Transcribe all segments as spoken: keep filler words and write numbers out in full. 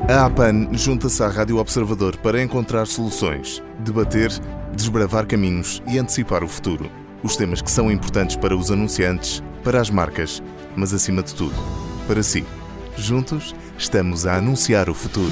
A APAN junta-se à Rádio Observador para encontrar soluções, debater, desbravar caminhos e antecipar o futuro. Os temas que são importantes para os anunciantes, para as marcas, mas acima de tudo, para si. Juntos, estamos a anunciar o futuro.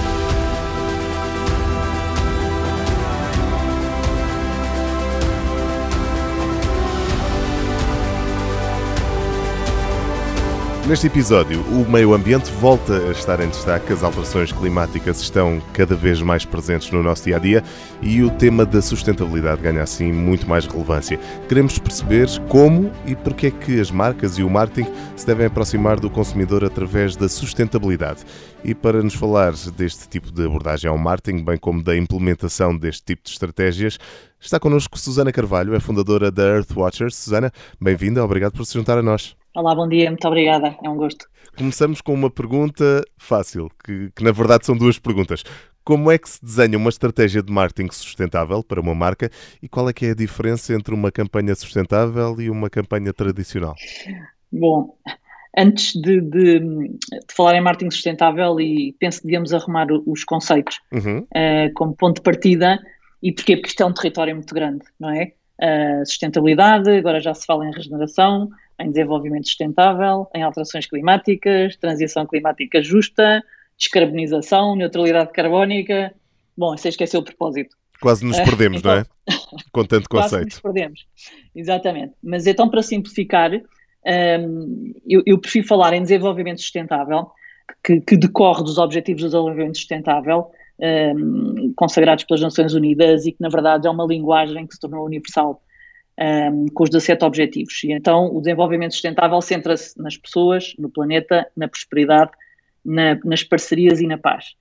Neste episódio, o meio ambiente volta a estar em destaque, as alterações climáticas estão cada vez mais presentes no nosso dia-a-dia e o tema da sustentabilidade ganha assim muito mais relevância. Queremos perceber como e porque é que as marcas e o marketing se devem aproximar do consumidor através da sustentabilidade. E para nos falar deste tipo de abordagem ao marketing, bem como da implementação deste tipo de estratégias, está connosco Susana Carvalho, é fundadora da Earthwatchers. Susana, bem-vinda, obrigado por se juntar a nós. Olá, bom dia, muito obrigada, é um gosto. Começamos com uma pergunta fácil, que, que na verdade são duas perguntas. Como é que se desenha uma estratégia de marketing sustentável para uma marca e qual é que é a diferença entre uma campanha sustentável e uma campanha tradicional? Bom, antes de, de, de falar em marketing sustentável, e penso que devíamos arrumar os conceitos uhum. uh, como ponto de partida. E porquê? Porque isto é um território muito grande, não é? Uh, sustentabilidade, agora já se fala em regeneração, em desenvolvimento sustentável, em alterações climáticas, transição climática justa, descarbonização, neutralidade carbónica. Bom, você esqueceu o propósito. Quase nos perdemos, então, não é? Com tanto conceito. Quase nos perdemos, exatamente. Mas então, para simplificar, um, eu, eu prefiro falar em desenvolvimento sustentável, que, que decorre dos Objetivos de Desenvolvimento Sustentável, um, consagrados pelas Nações Unidas, e que, na verdade, é uma linguagem que se tornou universal. Um, com os dezassete objetivos. E então o desenvolvimento sustentável centra-se nas pessoas, no planeta, na prosperidade, na, nas parcerias e na paz.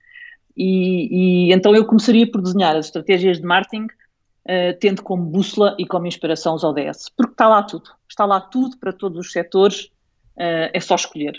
E, e então eu começaria por desenhar as estratégias de marketing uh, tendo como bússola e como inspiração os O D S, porque está lá tudo, está lá tudo para todos os setores, uh, é só escolher.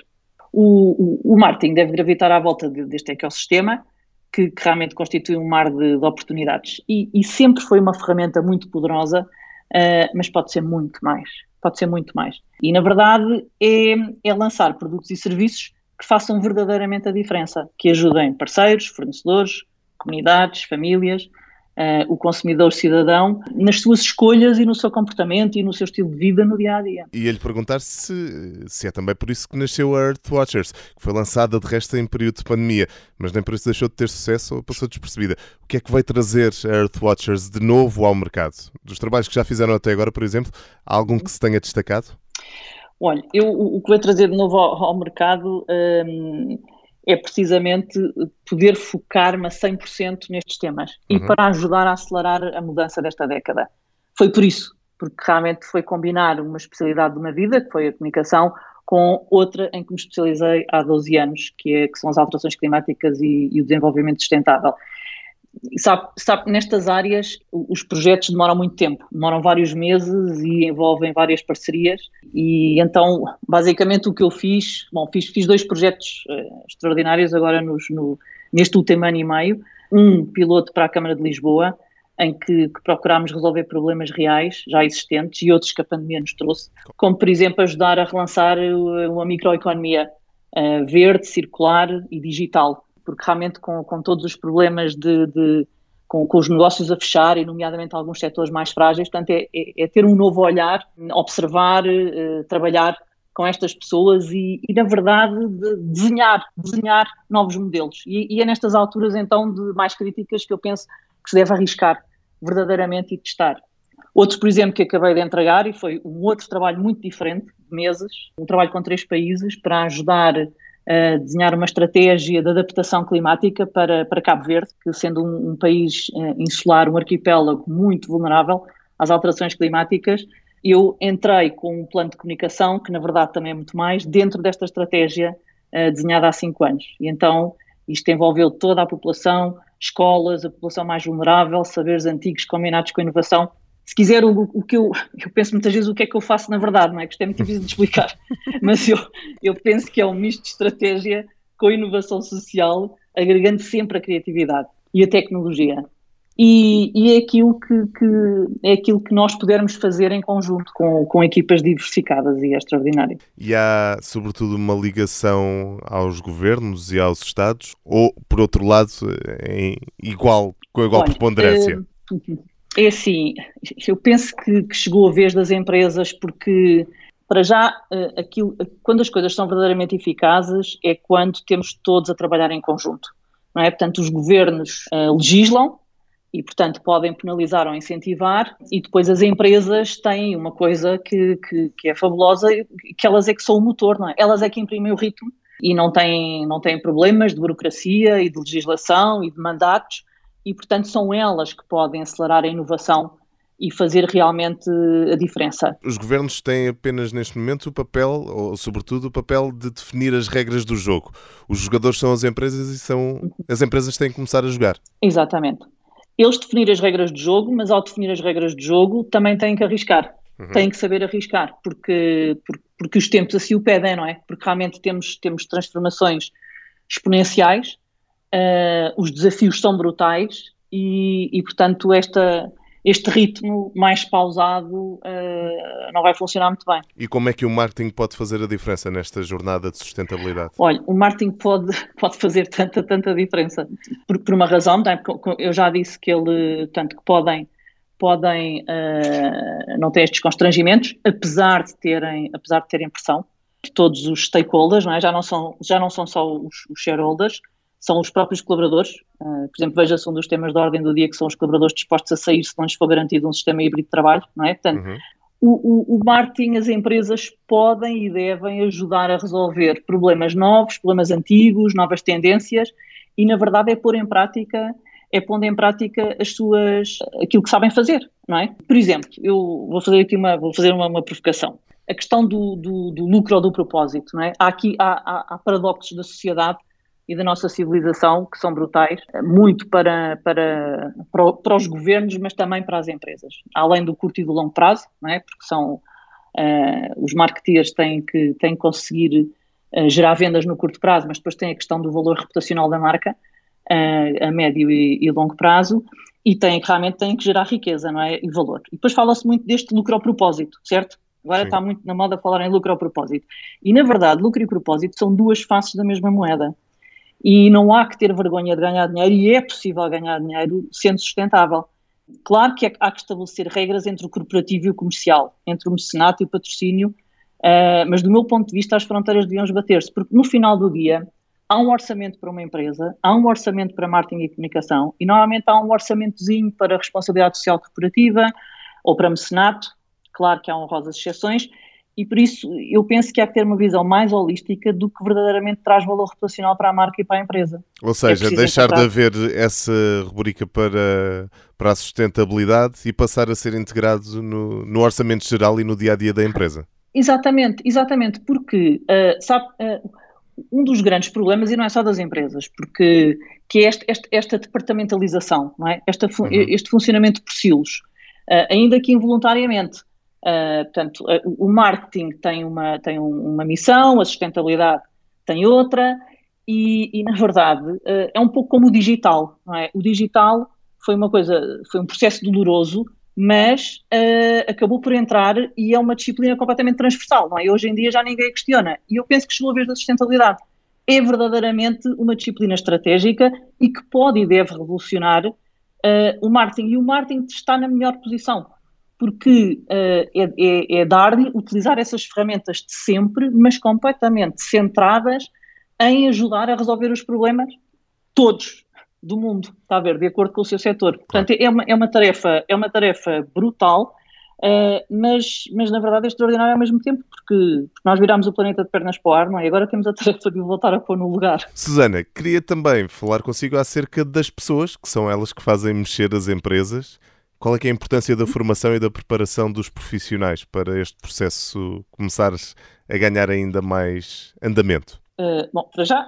O, o, o marketing deve gravitar à volta de, deste ecossistema, que, que realmente constitui um mar de, de oportunidades, e, e sempre foi uma ferramenta muito poderosa. Uh, mas pode ser muito mais, pode ser muito mais. E, na verdade, é, é lançar produtos e serviços que façam verdadeiramente a diferença, que ajudem parceiros, fornecedores, comunidades, famílias, uh, o consumidor cidadão, nas suas escolhas e no seu comportamento e no seu estilo de vida no dia-a-dia. E ia-lhe perguntar se, se é também por isso que nasceu a Earthwatchers, que foi lançada de resto em período de pandemia, mas nem por isso deixou de ter sucesso ou passou despercebida. O que é que vai trazer a Earthwatchers de novo ao mercado? Dos trabalhos que já fizeram até agora, por exemplo, há algum que se tenha destacado? Olha, eu, o que vai trazer de novo ao, ao mercado hum, é precisamente poder focar-me a cem por cento nestes temas uhum. e para ajudar a acelerar a mudança desta década. Foi por isso, porque realmente foi combinar uma especialidade de uma vida, que foi a comunicação, com outra em que me especializei há doze anos, que, é, que são as alterações climáticas e, e o desenvolvimento sustentável. E sabe, sabe, nestas áreas os projetos demoram muito tempo, demoram vários meses e envolvem várias parcerias, e então basicamente o que eu fiz, bom, fiz, fiz dois projetos uh, extraordinários agora nos, no, neste último ano e meio, um piloto para a Câmara de Lisboa, em que, que procurámos resolver problemas reais, já existentes, e outros que a pandemia nos trouxe, como por exemplo ajudar a relançar uma microeconomia uh, verde, circular e digital. Porque realmente com, com todos os problemas de, de com, com os negócios a fechar, e nomeadamente alguns setores mais frágeis, portanto é, é, é ter um novo olhar, observar, uh, trabalhar com estas pessoas e, e na verdade de desenhar, desenhar novos modelos. E, e é nestas alturas então de mais críticas que eu penso que se deve arriscar verdadeiramente e testar. Outros, por exemplo, que acabei de entregar, e foi um outro trabalho muito diferente, de meses, um trabalho com três países para ajudar a desenhar uma estratégia de adaptação climática para, para Cabo Verde, que sendo um, um país uh, insular, um arquipélago muito vulnerável às alterações climáticas, eu entrei com um plano de comunicação, que na verdade também é muito mais, dentro desta estratégia uh, desenhada há cinco anos. E então isto envolveu toda a população, escolas, a população mais vulnerável, saberes antigos combinados com a inovação. Se quiser, o, o que eu, eu penso muitas vezes o que é que eu faço na verdade, não é? Que isto é muito difícil de explicar, mas eu, eu penso que é um misto de estratégia com inovação social, agregando sempre a criatividade e a tecnologia. E, e é, aquilo que, que, é aquilo que nós pudermos fazer em conjunto com, com equipas diversificadas e é extraordinário. E há, sobretudo, uma ligação aos governos e aos Estados? Ou, por outro lado, em igual, com igual Olha, preponderância? É assim, eu penso que, que chegou a vez das empresas porque, para já, aquilo, quando as coisas são verdadeiramente eficazes é quando temos todos a trabalhar em conjunto, não é? Portanto, os governos uh, legislam e, portanto, podem penalizar ou incentivar e depois as empresas têm uma coisa que, que, que é fabulosa, que elas é que são o motor, não é? Elas é que imprimem o ritmo e não têm, não têm problemas de burocracia e de legislação e de mandatos. E, portanto, são elas que podem acelerar a inovação e fazer realmente a diferença. Os governos têm apenas neste momento o papel, ou sobretudo o papel de definir as regras do jogo. Os jogadores são as empresas e são as empresas que têm que começar a jogar. Exatamente. Eles definir as regras do jogo, mas ao definir as regras do jogo também têm que arriscar. Uhum. Têm que saber arriscar, porque, porque, porque os tempos assim o pedem, não é? Porque realmente temos, temos transformações exponenciais. Uh, os desafios são brutais e, e portanto, esta, este ritmo mais pausado uh, não vai funcionar muito bem. E como é que o marketing pode fazer a diferença nesta jornada de sustentabilidade? Olha, o marketing pode, pode fazer tanta, tanta diferença. Por, por uma razão, eu já disse que ele, tanto que podem, podem uh, não ter estes constrangimentos, apesar de terem, apesar de terem pressão de todos os stakeholders, não é? já, não são, já não são só os, os shareholders, são os próprios colaboradores. Uh, por exemplo, veja-se um dos temas da ordem do dia, que são os colaboradores dispostos a sair se não lhes for garantido um sistema híbrido de trabalho, não é? Portanto, uhum. o, o, o marketing, as empresas podem e devem ajudar a resolver problemas novos, problemas antigos, novas tendências, e na verdade é pôr em prática, é pondo em prática as suas, aquilo que sabem fazer, não é? Por exemplo, eu vou fazer aqui uma, vou fazer uma, uma provocação. A questão do, do, do lucro ou do propósito, não é? Há aqui, há, há, há paradoxos da sociedade e da nossa civilização que são brutais, muito para, para, para os governos, mas também para as empresas, além do curto e do longo prazo, não é? Porque são, uh, os marketeers têm que, têm que conseguir uh, gerar vendas no curto prazo, mas depois tem a questão do valor reputacional da marca uh, a médio e, e longo prazo, e têm, realmente têm que gerar riqueza, não é? E valor. E depois fala-se muito deste lucro ao propósito, certo? Agora Sim. Está muito na moda falar em lucro ao propósito. E, na verdade, lucro e propósito são duas faces da mesma moeda. E não há que ter vergonha de ganhar dinheiro, e é possível ganhar dinheiro sendo sustentável. Claro que há que estabelecer regras entre o corporativo e o comercial, entre o mecenato e o patrocínio, uh, mas do meu ponto de vista as fronteiras deviam esbater-se, porque no final do dia há um orçamento para uma empresa, há um orçamento para marketing e comunicação, e normalmente há um orçamentozinho para responsabilidade social corporativa ou para mecenato. Claro que há honrosas exceções, e por isso eu penso que há que ter uma visão mais holística do que verdadeiramente traz valor reputacional para a marca e para a empresa. Ou seja, é deixar encontrar... de haver essa rubrica para, para a sustentabilidade e passar a ser integrado no, no orçamento geral e no dia-a-dia da empresa. Exatamente, exatamente, porque uh, sabe, uh, um dos grandes problemas, e não é só das empresas, porque que é este, este, esta departamentalização, não é? Esta, uhum. Este funcionamento por silos, uh, ainda que involuntariamente. Uh, portanto, uh, o marketing tem, uma, tem um, uma missão, a sustentabilidade tem outra, e, e na verdade uh, é um pouco como o digital, não é? O digital foi uma coisa, foi um processo doloroso, mas uh, acabou por entrar e é uma disciplina completamente transversal, não é? E hoje em dia já ninguém a questiona, e eu penso que chegou a vez da sustentabilidade. É verdadeiramente uma disciplina estratégica e que pode e deve revolucionar uh, o marketing, e o marketing está na melhor posição, porque uh, é, é, é dar-lhe, utilizar essas ferramentas de sempre, mas completamente centradas em ajudar a resolver os problemas todos do mundo, está a ver, de acordo com o seu setor. Portanto, é uma, é uma, tarefa, é uma tarefa brutal, uh, mas, mas na verdade é extraordinária ao mesmo tempo, porque, porque nós virámos o planeta de pernas para o ar, não é? E agora temos a tarefa de o voltar a pôr no lugar. Susana, queria também falar consigo acerca das pessoas, que são elas que fazem mexer as empresas. Qual é que é a importância da formação e da preparação dos profissionais para este processo começar a ganhar ainda mais andamento? Uh, bom, para já,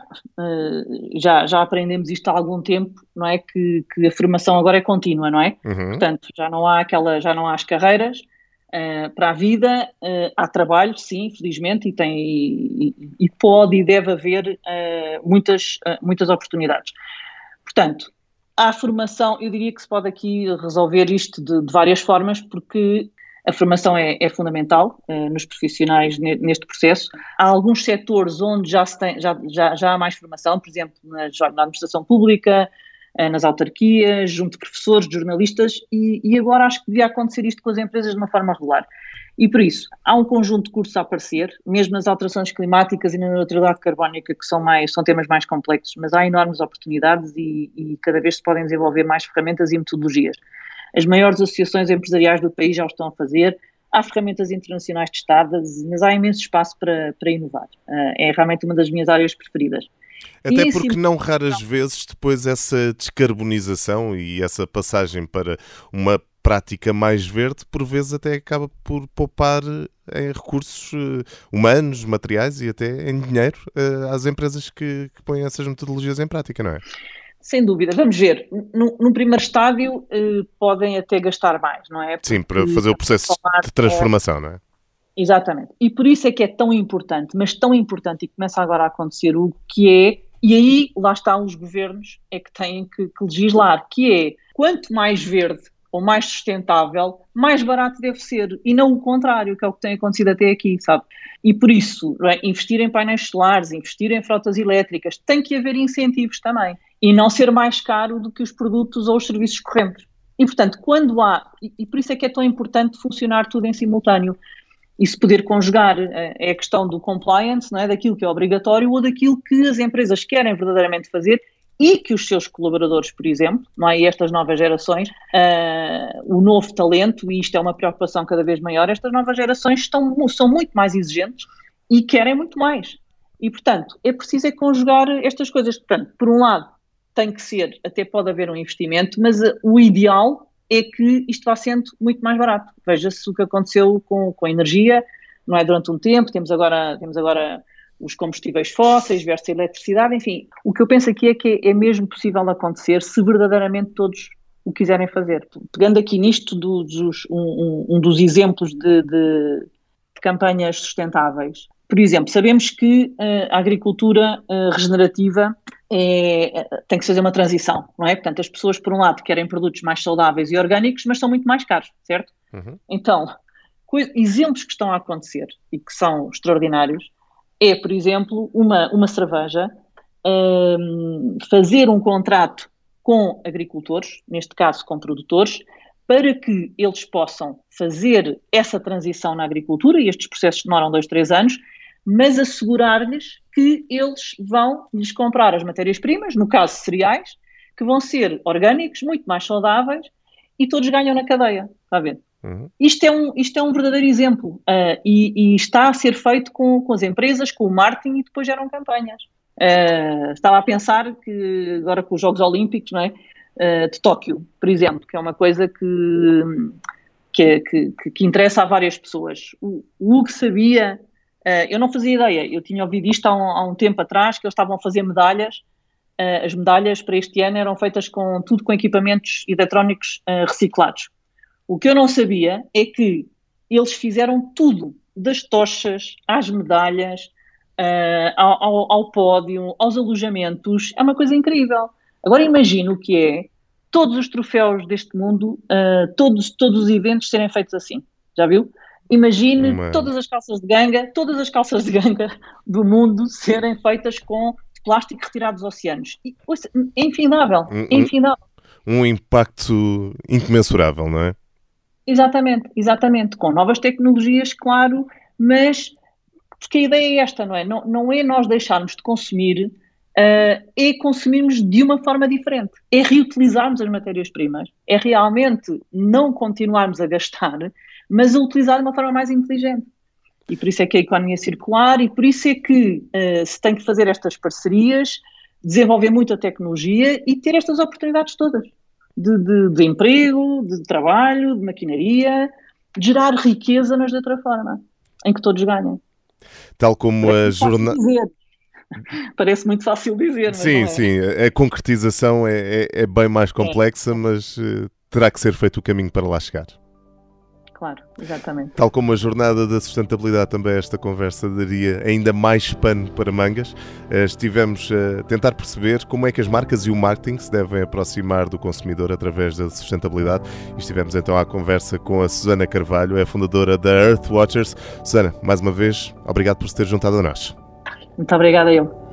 uh, já, já aprendemos isto há algum tempo, não é? Que, que a formação agora é contínua, não é? Uhum. Portanto, já não há aquela, já não há as carreiras uh, para a vida, uh, há trabalho, sim, felizmente, e, tem, e, e pode e deve haver uh, muitas, uh, muitas oportunidades. Portanto, Há formação, eu diria que se pode aqui resolver isto de, de várias formas, porque a formação é, é fundamental uh, nos profissionais ne, neste processo. Há alguns setores onde já, se tem, já, já, já há mais formação, por exemplo, na, na administração pública, uh, nas autarquias, junto de professores, de jornalistas, e, e agora acho que devia acontecer isto com as empresas de uma forma regular. E por isso, há um conjunto de cursos a aparecer, mesmo nas alterações climáticas e na neutralidade carbónica, que são, mais, são temas mais complexos, mas há enormes oportunidades e, e cada vez se podem desenvolver mais ferramentas e metodologias. As maiores associações empresariais do país já o estão a fazer, há ferramentas internacionais testadas, mas há imenso espaço para, para inovar. É realmente uma das minhas áreas preferidas. Até porque não raras vezes depois essa descarbonização e essa passagem para uma prática mais verde, por vezes até acaba por poupar em recursos humanos, materiais e até em dinheiro às empresas que, que põem essas metodologias em prática, não é? Sem dúvida. Vamos ver. No, no primeiro estádio eh, podem até gastar mais, não é? Porque sim, para fazer o processo de transformação, não é? Exatamente. E por isso é que é tão importante, mas tão importante, e começa agora a acontecer, Hugo, que é, e aí lá estão os governos, é que têm que, que legislar, que é, quanto mais verde ou mais sustentável, mais barato deve ser, e não o contrário, que é o que tem acontecido até aqui, sabe? E por isso, é? Investir em painéis solares, investir em frotas elétricas, tem que haver incentivos também, e não ser mais caro do que os produtos ou os serviços correntes. E portanto, quando há, e, e por isso é que é tão importante funcionar tudo em simultâneo, e se poder conjugar é a questão do compliance, não é? Daquilo que é obrigatório ou daquilo que as empresas querem verdadeiramente fazer e que os seus colaboradores, por exemplo, não é? E estas novas gerações, uh, o novo talento, e isto é uma preocupação cada vez maior, estas novas gerações estão, são muito mais exigentes e querem muito mais. E, portanto, é preciso é conjugar estas coisas. Portanto, por um lado, tem que ser, até pode haver um investimento, mas uh, o ideal é que isto vá sendo muito mais barato. Veja-se o que aconteceu com, com a energia, não é? Durante um tempo, temos agora... Temos agora os combustíveis fósseis versus a eletricidade, enfim, o que eu penso aqui é que é mesmo possível acontecer se verdadeiramente todos o quiserem fazer. Pegando aqui nisto do, dos, um, um dos exemplos de, de, de campanhas sustentáveis, por exemplo, sabemos que uh, a agricultura uh, regenerativa é, tem que fazer uma transição, não é? Portanto, as pessoas, por um lado, querem produtos mais saudáveis e orgânicos, mas são muito mais caros, certo? Uhum. Então, coisa, exemplos que estão a acontecer e que são extraordinários, é, por exemplo, uma, uma cerveja um, fazer um contrato com agricultores, neste caso com produtores, para que eles possam fazer essa transição na agricultura, e estes processos demoram dois, três anos, mas assegurar-lhes que eles vão lhes comprar as matérias-primas, no caso cereais, que vão ser orgânicos, muito mais saudáveis, e todos ganham na cadeia, está a ver? Uhum. Isto, é um, isto é um verdadeiro exemplo uh, e, e está a ser feito com, com as empresas, com o marketing, e depois geram campanhas. Uh, estava a pensar que agora com os Jogos Olímpicos, não é? uh, de Tóquio, por exemplo, que é uma coisa que, que, que, que interessa a várias pessoas. O, o Hugo sabia, uh, eu não fazia ideia, eu tinha ouvido isto há um, há um tempo atrás, que eles estavam a fazer medalhas. Uh, as medalhas para este ano eram feitas com tudo com equipamentos eletrónicos uh, reciclados. O que eu não sabia é que eles fizeram tudo, das tochas às medalhas, uh, ao, ao, ao pódio, aos alojamentos. É uma coisa incrível. Agora imagino o que é todos os troféus deste mundo, uh, todos, todos os eventos serem feitos assim. Já viu? Imagine Uma... todas as calças de ganga, todas as calças de ganga do mundo serem feitas com plástico retirado dos oceanos. E, ouça, é infindável, um, é infindável. Um, um impacto incomensurável, não é? Exatamente, exatamente, com novas tecnologias, claro, mas porque a ideia é esta, não é? Não, não é nós deixarmos de consumir, uh, é consumirmos de uma forma diferente, é reutilizarmos as matérias-primas, é realmente não continuarmos a gastar, mas a utilizar de uma forma mais inteligente. E por isso é que a economia circular, e por isso é que uh, se tem que fazer estas parcerias, desenvolver muita tecnologia e ter estas oportunidades todas. De, de, de emprego, de trabalho, de maquinaria, de gerar riqueza, mas de outra forma, em que todos ganham. Tal como a jornada... Parece muito fácil dizer, mas sim, não é. Sim, a concretização é, é, é bem mais complexa, é. mas uh, terá que ser feito o caminho para lá chegar. claro, exatamente. Tal como a jornada da sustentabilidade, também esta conversa daria ainda mais pano para mangas. Estivemos a tentar perceber como é que as marcas e o marketing se devem aproximar do consumidor através da sustentabilidade. E estivemos então à conversa com a Susana Carvalho, é a fundadora da Earthwatchers. Susana, mais uma vez, obrigado por se ter juntado a nós. Muito obrigada eu.